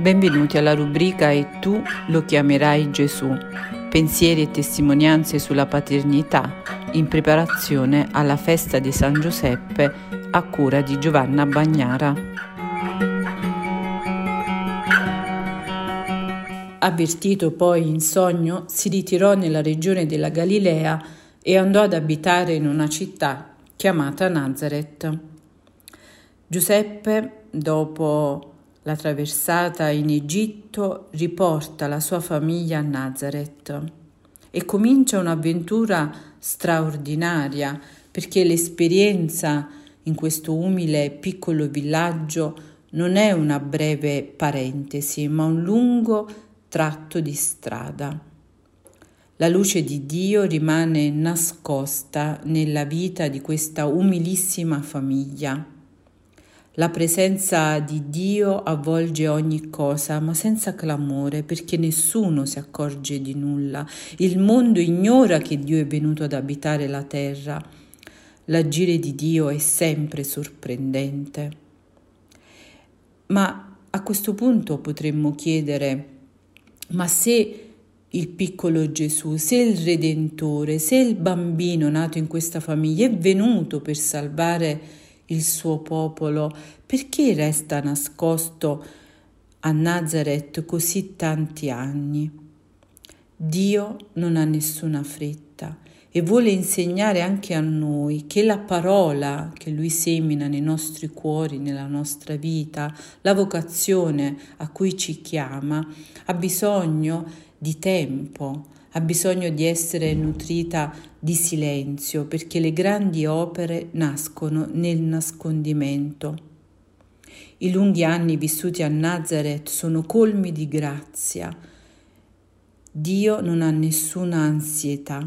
Benvenuti alla rubrica E tu lo chiamerai Gesù, pensieri e testimonianze sulla paternità in preparazione alla festa di San Giuseppe a cura di Giovanna Bagnara. Avvertito poi in sogno, si ritirò nella regione della Galilea e andò ad abitare in una città chiamata Nazaret. Giuseppe, dopo la traversata in Egitto, riporta la sua famiglia a Nazaret e comincia un'avventura straordinaria, perché l'esperienza in questo umile piccolo villaggio non è una breve parentesi, ma un lungo tratto di strada. La luce di Dio rimane nascosta nella vita di questa umilissima famiglia. La presenza di Dio avvolge ogni cosa, ma senza clamore, perché nessuno si accorge di nulla. Il mondo ignora che Dio è venuto ad abitare la terra. L'agire di Dio è sempre sorprendente. Ma a questo punto potremmo chiedere: ma se il piccolo Gesù, se il Redentore, se il bambino nato in questa famiglia è venuto per salvare il suo popolo, perché resta nascosto a Nazaret così tanti anni? Dio non ha nessuna fretta e vuole insegnare anche a noi che la parola che Lui semina nei nostri cuori, nella nostra vita, la vocazione a cui ci chiama, ha bisogno di tempo, ha bisogno di essere nutrita di silenzio, perché le grandi opere nascono nel nascondimento. I lunghi anni vissuti a Nazaret sono colmi di grazia. Dio non ha nessuna ansietà.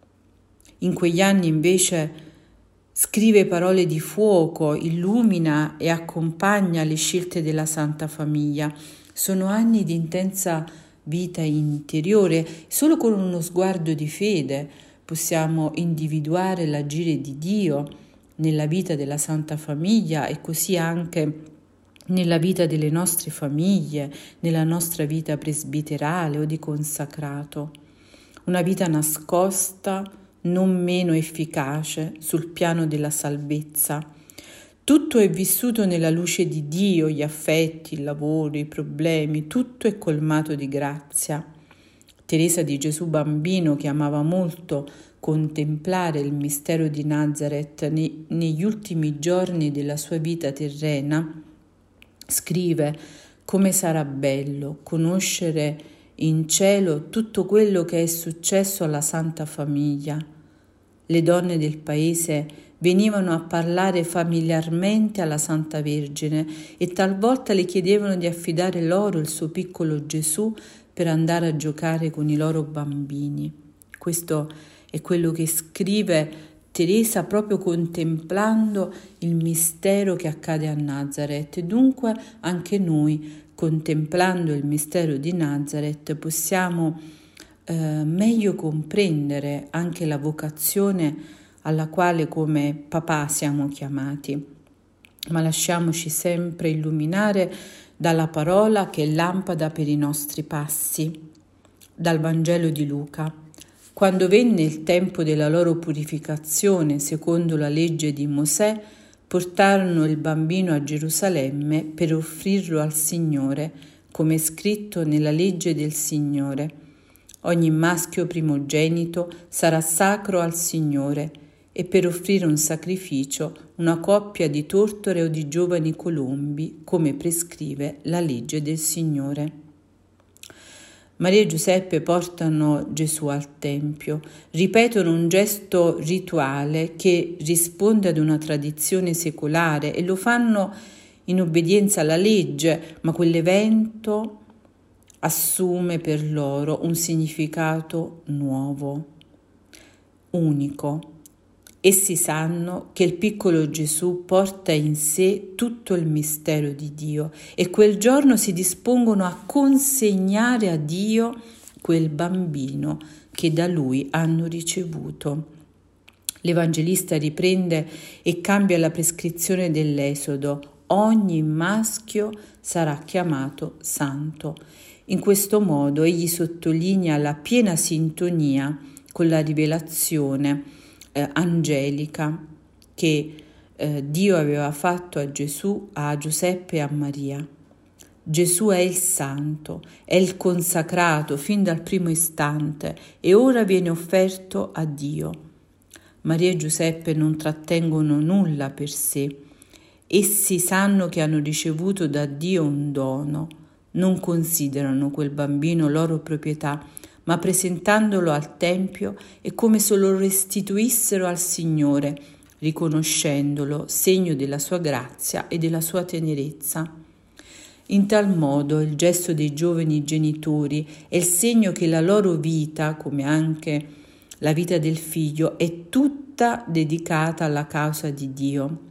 In quegli anni invece scrive parole di fuoco, illumina e accompagna le scelte della Santa Famiglia. Sono anni di intensa vita interiore. Solo con uno sguardo di fede possiamo individuare l'agire di Dio nella vita della Santa Famiglia e così anche nella vita delle nostre famiglie, nella nostra vita presbiterale o di consacrato. Una vita nascosta, non meno efficace sul piano della salvezza. Tutto è vissuto nella luce di Dio, gli affetti, il lavoro, i problemi, tutto è colmato di grazia. Teresa di Gesù Bambino, che amava molto contemplare il mistero di Nazaret negli ultimi giorni della sua vita terrena, scrive: come sarà bello conoscere in cielo tutto quello che è successo alla Santa Famiglia. Le donne del paese venivano a parlare familiarmente alla Santa Vergine e talvolta le chiedevano di affidare loro il suo piccolo Gesù per andare a giocare con i loro bambini. Questo è quello che scrive Teresa proprio contemplando il mistero che accade a Nazaret. E dunque anche noi, contemplando il mistero di Nazaret, possiamo meglio comprendere anche la vocazione alla quale come papà siamo chiamati. Ma lasciamoci sempre illuminare dalla parola che è lampada per i nostri passi. Dal Vangelo di Luca: quando venne il tempo della loro purificazione secondo la legge di Mosè, portarono il bambino a Gerusalemme per offrirlo al Signore, come è scritto nella legge del Signore. Ogni maschio primogenito sarà sacro al Signore, e per offrire un sacrificio una coppia di tortore o di giovani colombi, come prescrive la legge del Signore. Maria e Giuseppe portano Gesù al Tempio, ripetono un gesto rituale che risponde ad una tradizione secolare e lo fanno in obbedienza alla legge, ma quell'evento assume per loro un significato nuovo, unico. Essi sanno che il piccolo Gesù porta in sé tutto il mistero di Dio e quel giorno si dispongono a consegnare a Dio quel bambino che da Lui hanno ricevuto. L'Evangelista riprende e cambia la prescrizione dell'Esodo: ogni maschio sarà chiamato santo. In questo modo egli sottolinea la piena sintonia con la rivelazione angelica che Dio aveva fatto a Gesù, a Giuseppe e a Maria. Gesù è il santo, è il consacrato fin dal primo istante e ora viene offerto a Dio. Maria e Giuseppe non trattengono nulla per sé. Essi sanno che hanno ricevuto da Dio un dono, non considerano quel bambino loro proprietà, ma presentandolo al Tempio è come se lo restituissero al Signore, riconoscendolo segno della sua grazia e della sua tenerezza. In tal modo il gesto dei giovani genitori è il segno che la loro vita, come anche la vita del figlio, è tutta dedicata alla causa di Dio.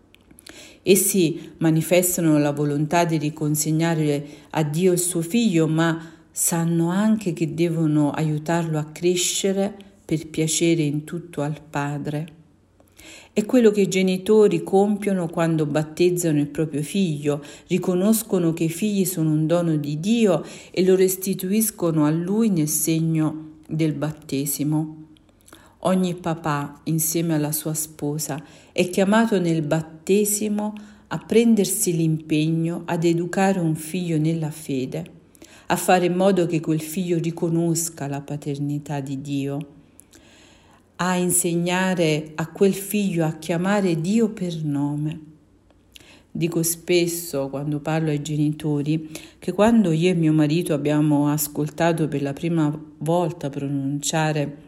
Essi manifestano la volontà di riconsegnare a Dio il suo figlio, ma sanno anche che devono aiutarlo a crescere per piacere in tutto al Padre. È quello che i genitori compiono quando battezzano il proprio figlio, riconoscono che i figli sono un dono di Dio e lo restituiscono a Lui nel segno del battesimo. Ogni papà, insieme alla sua sposa, è chiamato nel battesimo a prendersi l'impegno ad educare un figlio nella fede, a fare in modo che quel figlio riconosca la paternità di Dio, a insegnare a quel figlio a chiamare Dio per nome. Dico spesso, quando parlo ai genitori, che quando io e mio marito abbiamo ascoltato per la prima volta pronunciare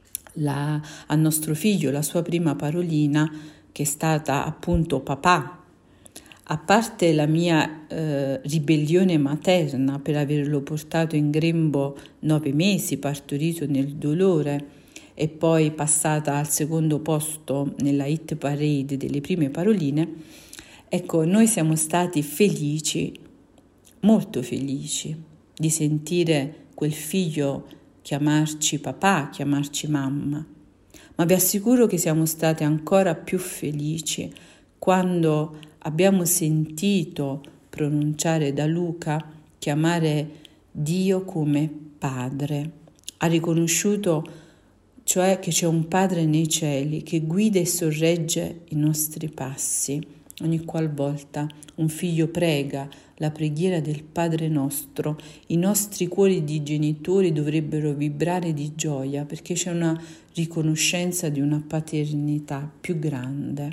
a nostro figlio la sua prima parolina, che è stata appunto papà, a parte la mia ribellione materna per averlo portato in grembo 9 mesi, partorito nel dolore, e poi passata al secondo posto nella hit parade delle prime paroline, ecco, noi siamo stati felici, molto felici, di sentire quel figlio chiamarci papà, chiamarci mamma. Ma vi assicuro che siamo state ancora più felici quando abbiamo sentito pronunciare da Luca chiamare Dio come Padre. Ha riconosciuto cioè che c'è un Padre nei cieli che guida e sorregge i nostri passi. Ogni qualvolta un figlio prega la preghiera del Padre nostro, i nostri cuori di genitori dovrebbero vibrare di gioia perché c'è una riconoscenza di una paternità più grande.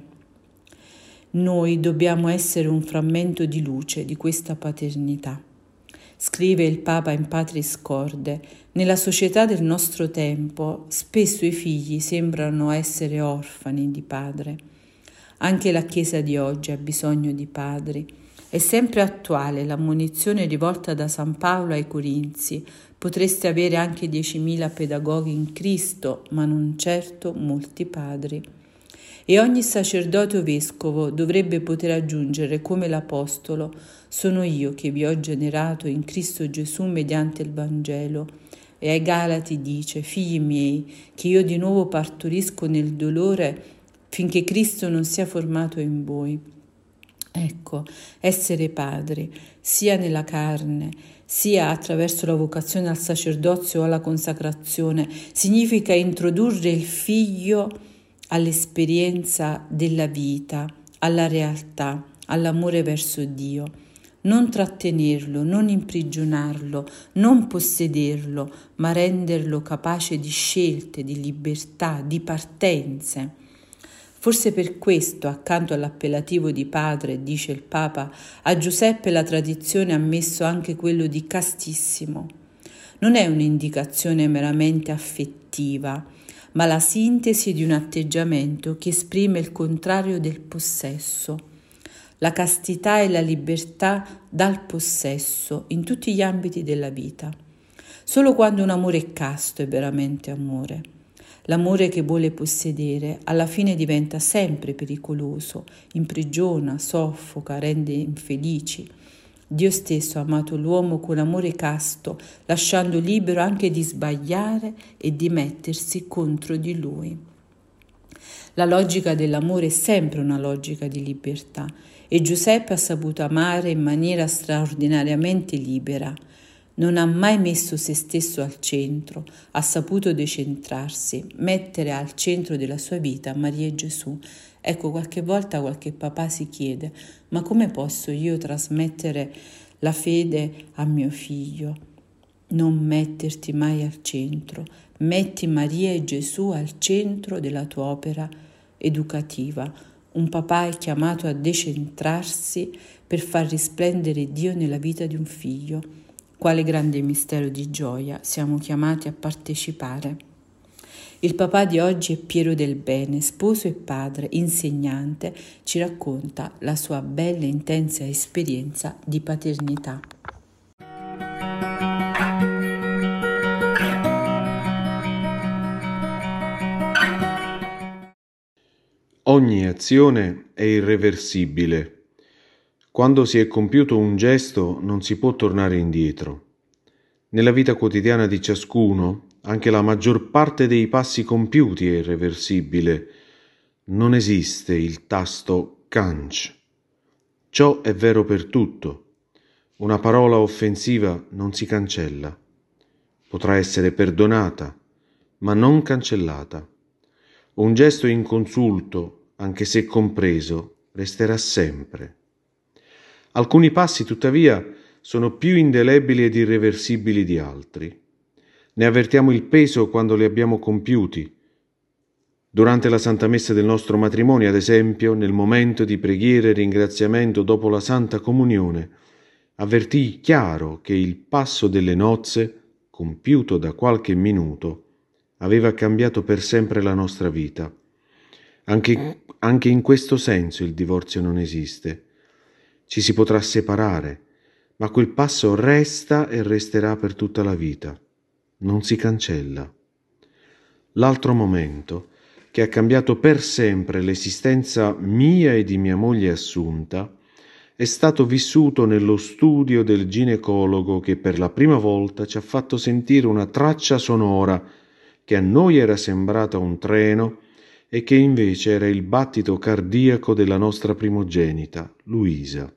Noi dobbiamo essere un frammento di luce di questa paternità. Scrive il Papa in Patris Corde: nella società del nostro tempo spesso i figli sembrano essere orfani di padre. Anche la Chiesa di oggi ha bisogno di padri. È sempre attuale l'ammonizione rivolta da San Paolo ai Corinzi: potreste avere anche 10.000 pedagoghi in Cristo, ma non certo molti padri. E ogni sacerdote o vescovo dovrebbe poter aggiungere come l'Apostolo: sono io che vi ho generato in Cristo Gesù mediante il Vangelo. E ai Galati dice: figli miei, che io di nuovo partorisco nel dolore finché Cristo non sia formato in voi. Ecco, essere padri, sia nella carne, sia attraverso la vocazione al sacerdozio o alla consacrazione, significa introdurre il figlio all'esperienza della vita, alla realtà, all'amore verso Dio. Non trattenerlo, non imprigionarlo, non possederlo, ma renderlo capace di scelte, di libertà, di partenze. Forse per questo, accanto all'appellativo di padre, dice il Papa, a Giuseppe la tradizione ha messo anche quello di castissimo. Non è un'indicazione meramente affettiva, ma la sintesi di un atteggiamento che esprime il contrario del possesso. La castità è la libertà dal possesso in tutti gli ambiti della vita. Solo quando un amore è casto è veramente amore. L'amore che vuole possedere alla fine diventa sempre pericoloso, imprigiona, soffoca, rende infelici. Dio stesso ha amato l'uomo con amore casto, lasciando libero anche di sbagliare e di mettersi contro di lui. La logica dell'amore è sempre una logica di libertà e Giuseppe ha saputo amare in maniera straordinariamente libera. Non ha mai messo se stesso al centro, ha saputo decentrarsi, mettere al centro della sua vita Maria e Gesù. Ecco, qualche volta qualche papà si chiede: ma come posso io trasmettere la fede a mio figlio? Non metterti mai al centro, metti Maria e Gesù al centro della tua opera educativa. Un papà è chiamato a decentrarsi per far risplendere Dio nella vita di un figlio. Quale grande mistero di gioia siamo chiamati a partecipare. Il papà di oggi è Piero del Bene, sposo e padre, insegnante, ci racconta la sua bella e intensa esperienza di paternità. Ogni azione è irreversibile. Quando si è compiuto un gesto non si può tornare indietro. Nella vita quotidiana di ciascuno, anche la maggior parte dei passi compiuti è irreversibile. Non esiste il tasto canc. Ciò è vero per tutto. Una parola offensiva non si cancella. Potrà essere perdonata, ma non cancellata. Un gesto inconsulto, anche se compreso, resterà sempre. Alcuni passi, tuttavia, sono più indelebili ed irreversibili di altri. Ne avvertiamo il peso quando li abbiamo compiuti. Durante la Santa Messa del nostro matrimonio, ad esempio, nel momento di preghiera e ringraziamento dopo la Santa Comunione, avvertii chiaro che il passo delle nozze, compiuto da qualche minuto, aveva cambiato per sempre la nostra vita. Anche in questo senso il divorzio non esiste. Ci si potrà separare, ma quel passo resta e resterà per tutta la vita. Non si cancella. L'altro momento, che ha cambiato per sempre l'esistenza mia e di mia moglie Assunta, è stato vissuto nello studio del ginecologo che per la prima volta ci ha fatto sentire una traccia sonora che a noi era sembrata un treno e che invece era il battito cardiaco della nostra primogenita, Luisa.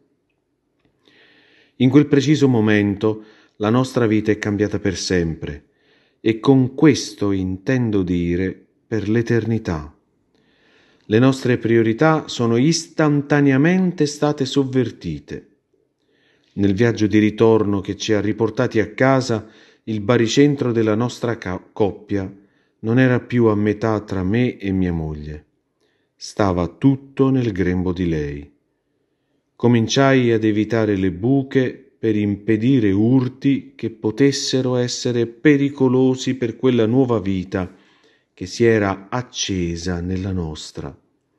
In quel preciso momento la nostra vita è cambiata per sempre e con questo intendo dire per l'eternità. Le nostre priorità sono istantaneamente state sovvertite. Nel viaggio di ritorno che ci ha riportati a casa, il baricentro della nostra coppia non era più a metà tra me e mia moglie. Stava tutto nel grembo di lei. Cominciai ad evitare le buche per impedire urti che potessero essere pericolosi per quella nuova vita che si era accesa nella nostra.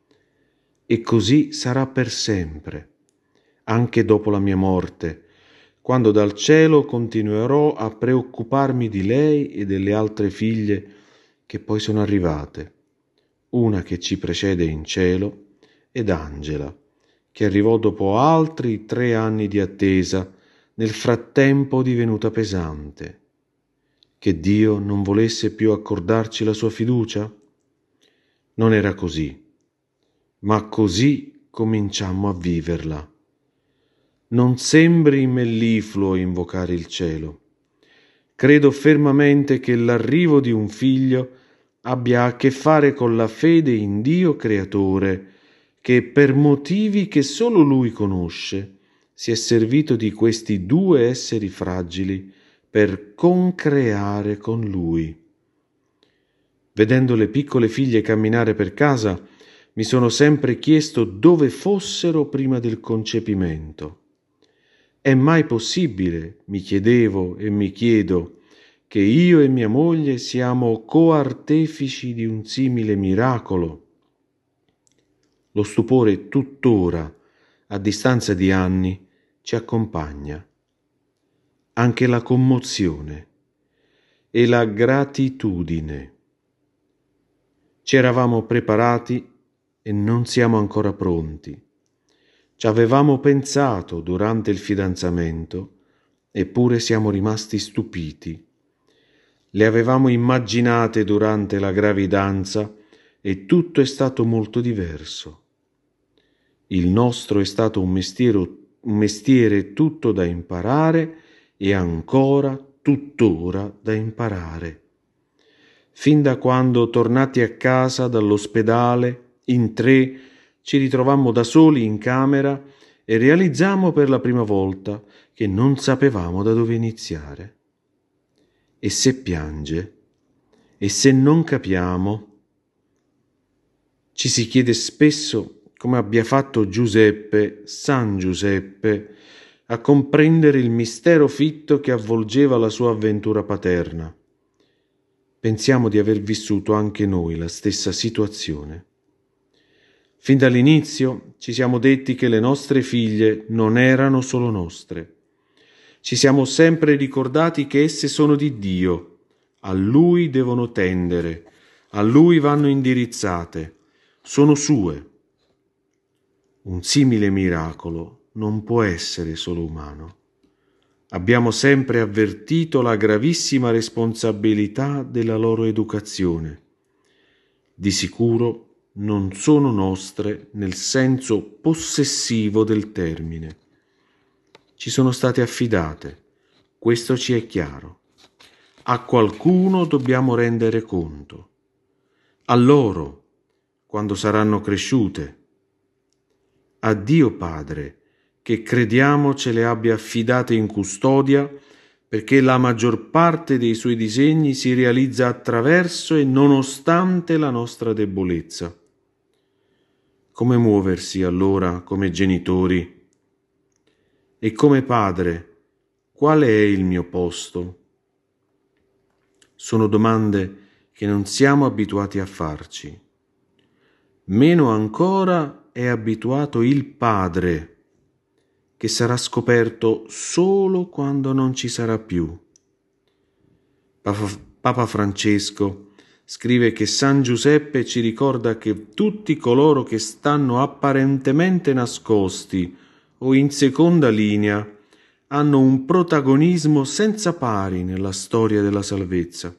E così sarà per sempre, anche dopo la mia morte, quando dal cielo continuerò a preoccuparmi di lei e delle altre figlie che poi sono arrivate, una che ci precede in cielo ed Angela, che arrivò dopo altri 3 anni di attesa, nel frattempo divenuta pesante. Che Dio non volesse più accordarci la sua fiducia? Non era così, ma così cominciammo a viverla. Non sembri mellifluo invocare il cielo. Credo fermamente che l'arrivo di un figlio abbia a che fare con la fede in Dio creatore, che per motivi che solo Lui conosce si è servito di questi 2 esseri fragili per concreare con Lui. Vedendo le piccole figlie camminare per casa, mi sono sempre chiesto dove fossero prima del concepimento. È mai possibile, mi chiedevo e mi chiedo, che io e mia moglie siamo coartefici di un simile miracolo? Lo stupore tuttora, a distanza di anni, ci accompagna. Anche la commozione e la gratitudine. Ci eravamo preparati e non siamo ancora pronti. Ci avevamo pensato durante il fidanzamento, eppure siamo rimasti stupiti. Le avevamo immaginate durante la gravidanza, e tutto è stato molto diverso. Il nostro è stato un mestiere tutto da imparare e ancora tuttora da imparare. Fin da quando, tornati a casa dall'ospedale, in 3 ci ritrovammo da soli in camera e realizzammo per la prima volta che non sapevamo da dove iniziare. E se piange? E se non capiamo? Ci si chiede spesso come abbia fatto Giuseppe, San Giuseppe, a comprendere il mistero fitto che avvolgeva la sua avventura paterna. Pensiamo di aver vissuto anche noi la stessa situazione. Fin dall'inizio ci siamo detti che le nostre figlie non erano solo nostre. Ci siamo sempre ricordati che esse sono di Dio, a Lui devono tendere, a Lui vanno indirizzate, sono sue. Un simile miracolo non può essere solo umano. Abbiamo sempre avvertito la gravissima responsabilità della loro educazione. Di sicuro non sono nostre nel senso possessivo del termine. Ci sono state affidate, questo ci è chiaro. A qualcuno dobbiamo rendere conto. A loro, quando saranno cresciute. A Dio Padre, che crediamo ce le abbia affidate in custodia, perché la maggior parte dei suoi disegni si realizza attraverso e nonostante la nostra debolezza. Come muoversi allora come genitori? E come padre, qual è il mio posto? Sono domande che non siamo abituati a farci. Meno ancora è abituato il Padre, che sarà scoperto solo quando non ci sarà più. Papa Francesco scrive che San Giuseppe ci ricorda che tutti coloro che stanno apparentemente nascosti o in seconda linea hanno un protagonismo senza pari nella storia della salvezza.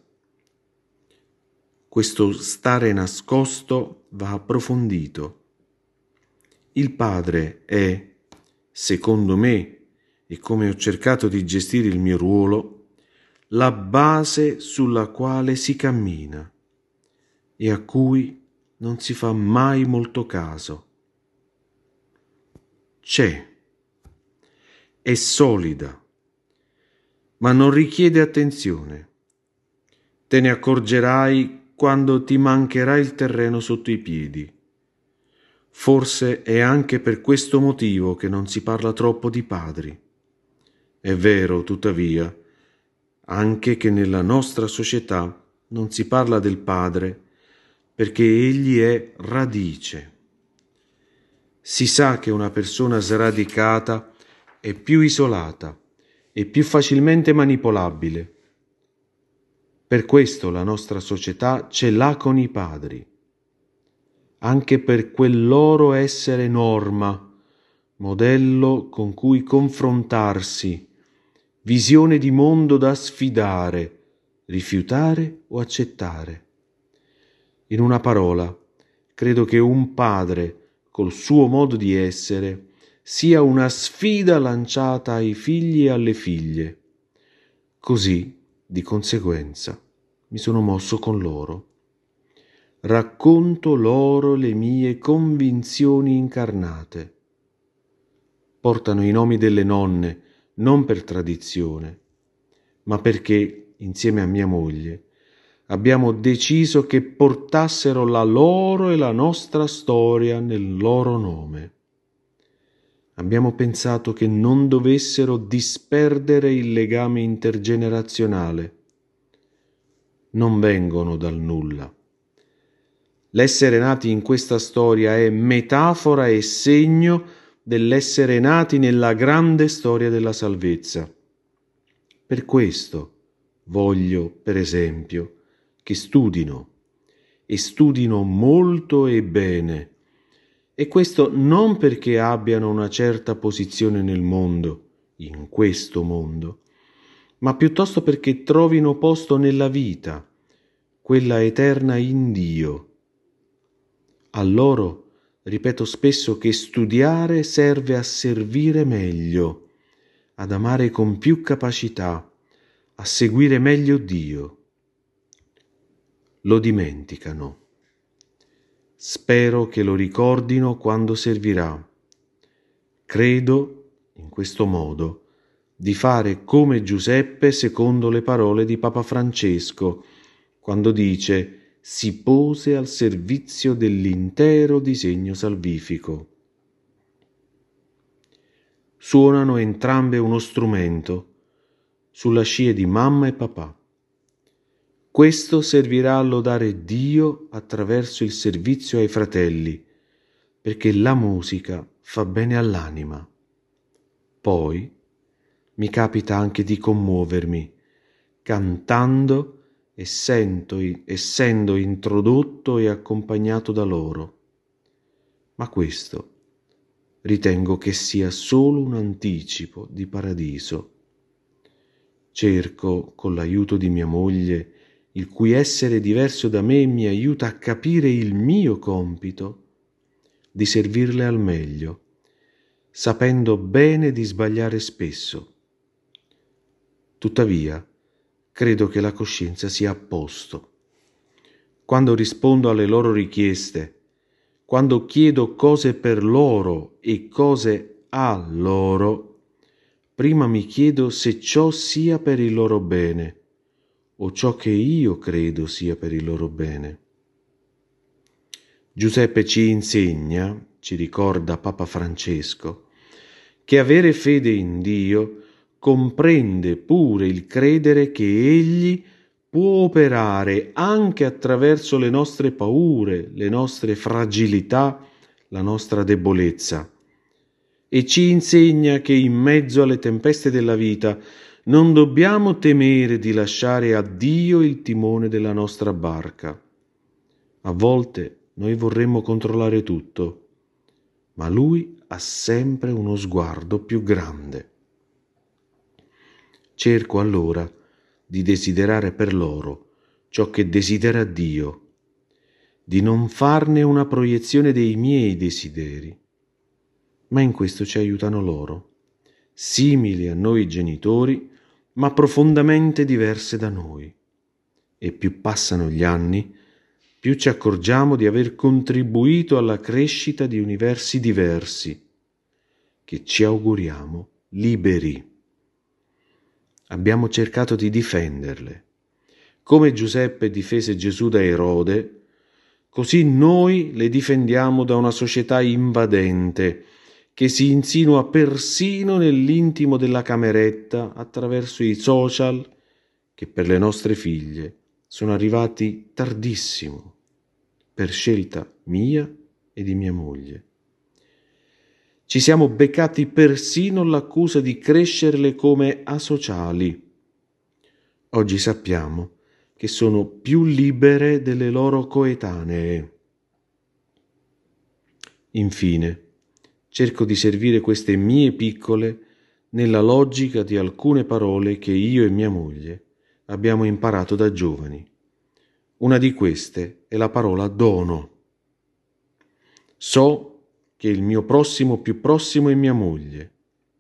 Questo stare nascosto va approfondito. Il Padre è, secondo me, e come ho cercato di gestire il mio ruolo, la base sulla quale si cammina e a cui non si fa mai molto caso. C'è, è solida, ma non richiede attenzione. Te ne accorgerai quando ti mancherà il terreno sotto i piedi. Forse è anche per questo motivo che non si parla troppo di padri. È vero, tuttavia, anche che nella nostra società non si parla del padre perché egli è radice. Si sa che una persona sradicata è più isolata e più facilmente manipolabile. Per questo la nostra società ce l'ha con i padri, anche per quel loro essere norma, modello con cui confrontarsi, visione di mondo da sfidare, rifiutare o accettare. In una parola, credo che un padre, col suo modo di essere, sia una sfida lanciata ai figli e alle figlie. Così, di conseguenza, mi sono mosso con loro. Racconto loro le mie convinzioni incarnate. Portano i nomi delle nonne, non per tradizione, ma perché, insieme a mia moglie, abbiamo deciso che portassero la loro e la nostra storia nel loro nome. Abbiamo pensato che non dovessero disperdere il legame intergenerazionale. Non vengono dal nulla. L'essere nati in questa storia è metafora e segno dell'essere nati nella grande storia della salvezza. Per questo voglio, per esempio, che studino e studino molto e bene. E questo non perché abbiano una certa posizione nel mondo, in questo mondo, ma piuttosto perché trovino posto nella vita, quella eterna in Dio, A loro ripeto spesso che studiare serve a servire meglio, ad amare con più capacità, a seguire meglio Dio. Lo dimenticano. Spero che lo ricordino quando servirà. Credo, in questo modo, di fare come Giuseppe secondo le parole di Papa Francesco, quando dice: si pose al servizio dell'intero disegno salvifico. Suonano entrambe uno strumento, sulla scia di mamma e papà. Questo servirà a lodare Dio attraverso il servizio ai fratelli, perché la musica fa bene all'anima. Poi mi capita anche di commuovermi, cantando essendo introdotto e accompagnato da loro. Ma questo ritengo che sia solo un anticipo di paradiso. Cerco, con l'aiuto di mia moglie, il cui essere diverso da me mi aiuta a capire il mio compito, di servirle al meglio, sapendo bene di sbagliare spesso. Tuttavia, credo che la coscienza sia a posto. Quando rispondo alle loro richieste, quando chiedo cose per loro e cose a loro, prima mi chiedo se ciò sia per il loro bene o ciò che io credo sia per il loro bene. Giuseppe ci insegna, ci ricorda Papa Francesco, che avere fede in Dio comprende pure il credere che Egli può operare anche attraverso le nostre paure, le nostre fragilità, la nostra debolezza. E ci insegna che in mezzo alle tempeste della vita non dobbiamo temere di lasciare a Dio il timone della nostra barca. A volte noi vorremmo controllare tutto, ma Lui ha sempre uno sguardo più grande. Cerco allora di desiderare per loro ciò che desidera Dio, di non farne una proiezione dei miei desideri, ma in questo ci aiutano loro, simili a noi genitori, ma profondamente diverse da noi. E più passano gli anni, più ci accorgiamo di aver contribuito alla crescita di universi diversi, che ci auguriamo liberi. Abbiamo cercato di difenderle. Come Giuseppe difese Gesù da Erode, così noi le difendiamo da una società invadente che si insinua persino nell'intimo della cameretta attraverso i social che per le nostre figlie sono arrivati tardissimo, per scelta mia e di mia moglie. Ci siamo beccati persino l'accusa di crescerle come asociali. Oggi sappiamo che sono più libere delle loro coetanee. Infine, cerco di servire queste mie piccole nella logica di alcune parole che io e mia moglie abbiamo imparato da giovani. Una di queste è la parola dono. So che il mio prossimo più prossimo è mia moglie.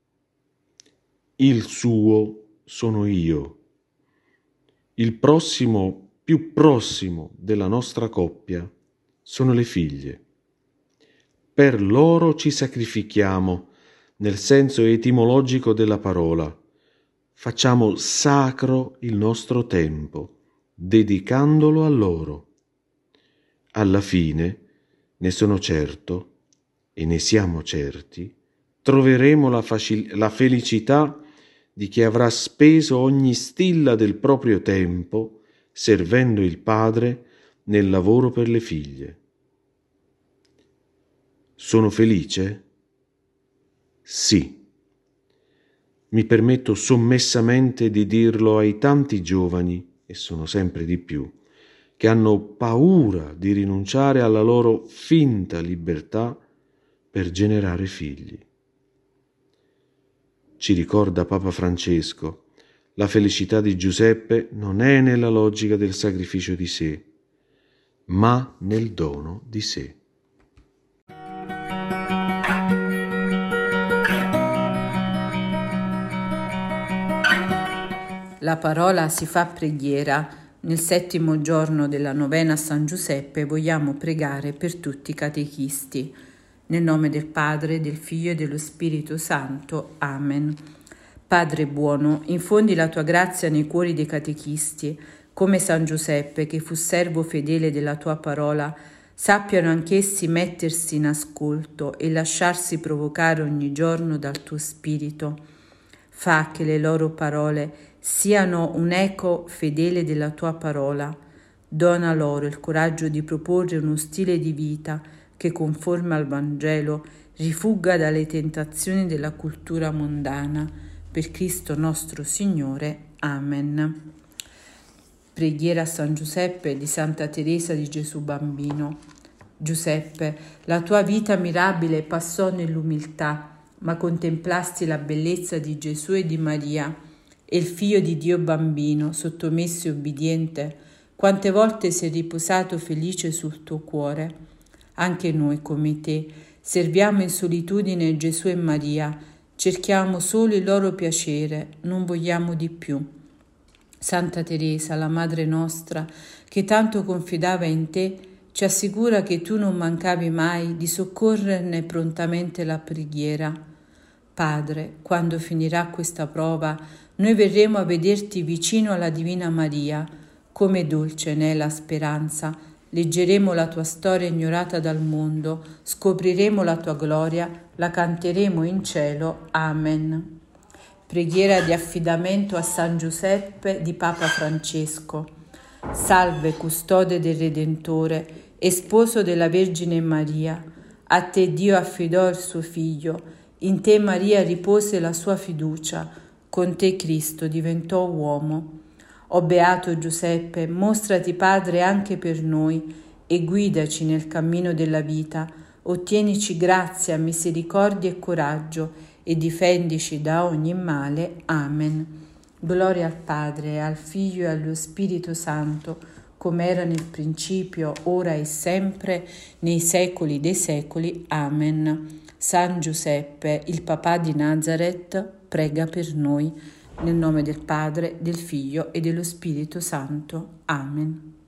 Il suo sono io. Il prossimo più prossimo della nostra coppia sono le figlie. Per loro ci sacrifichiamo, nel senso etimologico della parola. Facciamo sacro il nostro tempo, dedicandolo a loro. Alla fine, ne sono certo, e ne siamo certi, troveremo la felicità di chi avrà speso ogni stilla del proprio tempo servendo il Padre nel lavoro per le figlie. Sono felice? Sì. Mi permetto sommessamente di dirlo ai tanti giovani, e sono sempre di più, che hanno paura di rinunciare alla loro finta libertà per generare figli. Ci ricorda Papa Francesco, la felicità di Giuseppe non è nella logica del sacrificio di sé, ma nel dono di sé. La parola si fa preghiera. Nel 7° giorno della novena a San Giuseppe vogliamo pregare per tutti i catechisti. Nel nome del Padre, del Figlio e dello Spirito Santo. Amen. Padre buono, infondi la tua grazia nei cuori dei catechisti, come San Giuseppe, che fu servo fedele della tua parola, sappiano anch'essi mettersi in ascolto e lasciarsi provocare ogni giorno dal tuo Spirito. Fa che le loro parole siano un eco fedele della tua parola. Dona loro il coraggio di proporre uno stile di vita che, conforme al Vangelo, rifugga dalle tentazioni della cultura mondana. Per Cristo nostro Signore. Amen. Preghiera a San Giuseppe di Santa Teresa di Gesù Bambino. Giuseppe, la tua vita mirabile passò nell'umiltà, ma contemplasti la bellezza di Gesù e di Maria, e il Figlio di Dio Bambino, sottomesso e ubbidiente, quante volte si è riposato felice sul tuo cuore. Anche noi, come te, serviamo in solitudine Gesù e Maria, cerchiamo solo il loro piacere, non vogliamo di più. Santa Teresa, la Madre nostra, che tanto confidava in te, ci assicura che tu non mancavi mai di soccorrerne prontamente la preghiera. Padre, quando finirà questa prova, noi verremo a vederti vicino alla Divina Maria. Come dolce ne è la speranza, leggeremo la tua storia ignorata dal mondo, scopriremo la tua gloria, la canteremo in cielo. Amen. Preghiera di affidamento a San Giuseppe di Papa Francesco. Salve, custode del Redentore e sposo della Vergine Maria. A te Dio affidò il suo Figlio, in te Maria ripose la sua fiducia, con te Cristo diventò uomo. O beato Giuseppe, mostrati Padre anche per noi e guidaci nel cammino della vita, ottienici grazia, misericordia e coraggio, e difendici da ogni male. Amen. Gloria al Padre, al Figlio e allo Spirito Santo, come era nel principio, ora e sempre, nei secoli dei secoli. Amen. San Giuseppe, il papà di Nazaret, prega per noi. Nel nome del Padre, del Figlio e dello Spirito Santo. Amen.